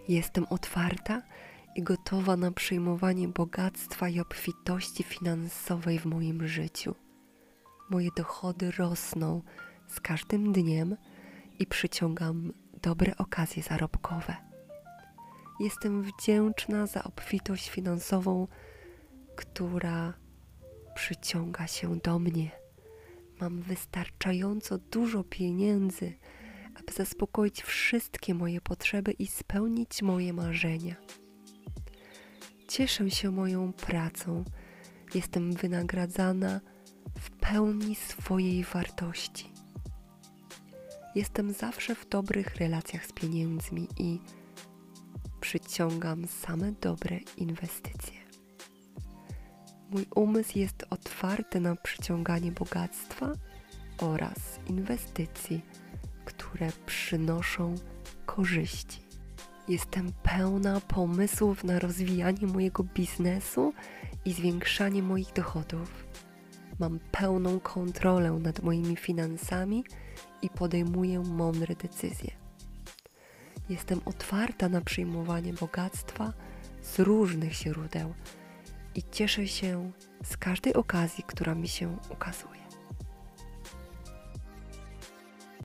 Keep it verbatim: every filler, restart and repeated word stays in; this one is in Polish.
Jestem otwarta i gotowa na przyjmowanie bogactwa i obfitości finansowej w moim życiu. Moje dochody rosną z każdym dniem i przyciągam dobre okazje zarobkowe. Jestem wdzięczna za obfitość finansową, która przyciąga się do mnie. Mam wystarczająco dużo pieniędzy, aby zaspokoić wszystkie moje potrzeby i spełnić moje marzenia. Cieszę się moją pracą. Jestem wynagradzana w pełni swojej wartości. Jestem zawsze w dobrych relacjach z pieniędzmi i przyciągam same dobre inwestycje. Mój umysł jest otwarty na przyciąganie bogactwa oraz inwestycji, które przynoszą korzyści. Jestem pełna pomysłów na rozwijanie mojego biznesu i zwiększanie moich dochodów. Mam pełną kontrolę nad moimi finansami i podejmuję mądre decyzje. Jestem otwarta na przyjmowanie bogactwa z różnych źródeł i cieszę się z każdej okazji, która mi się ukazuje.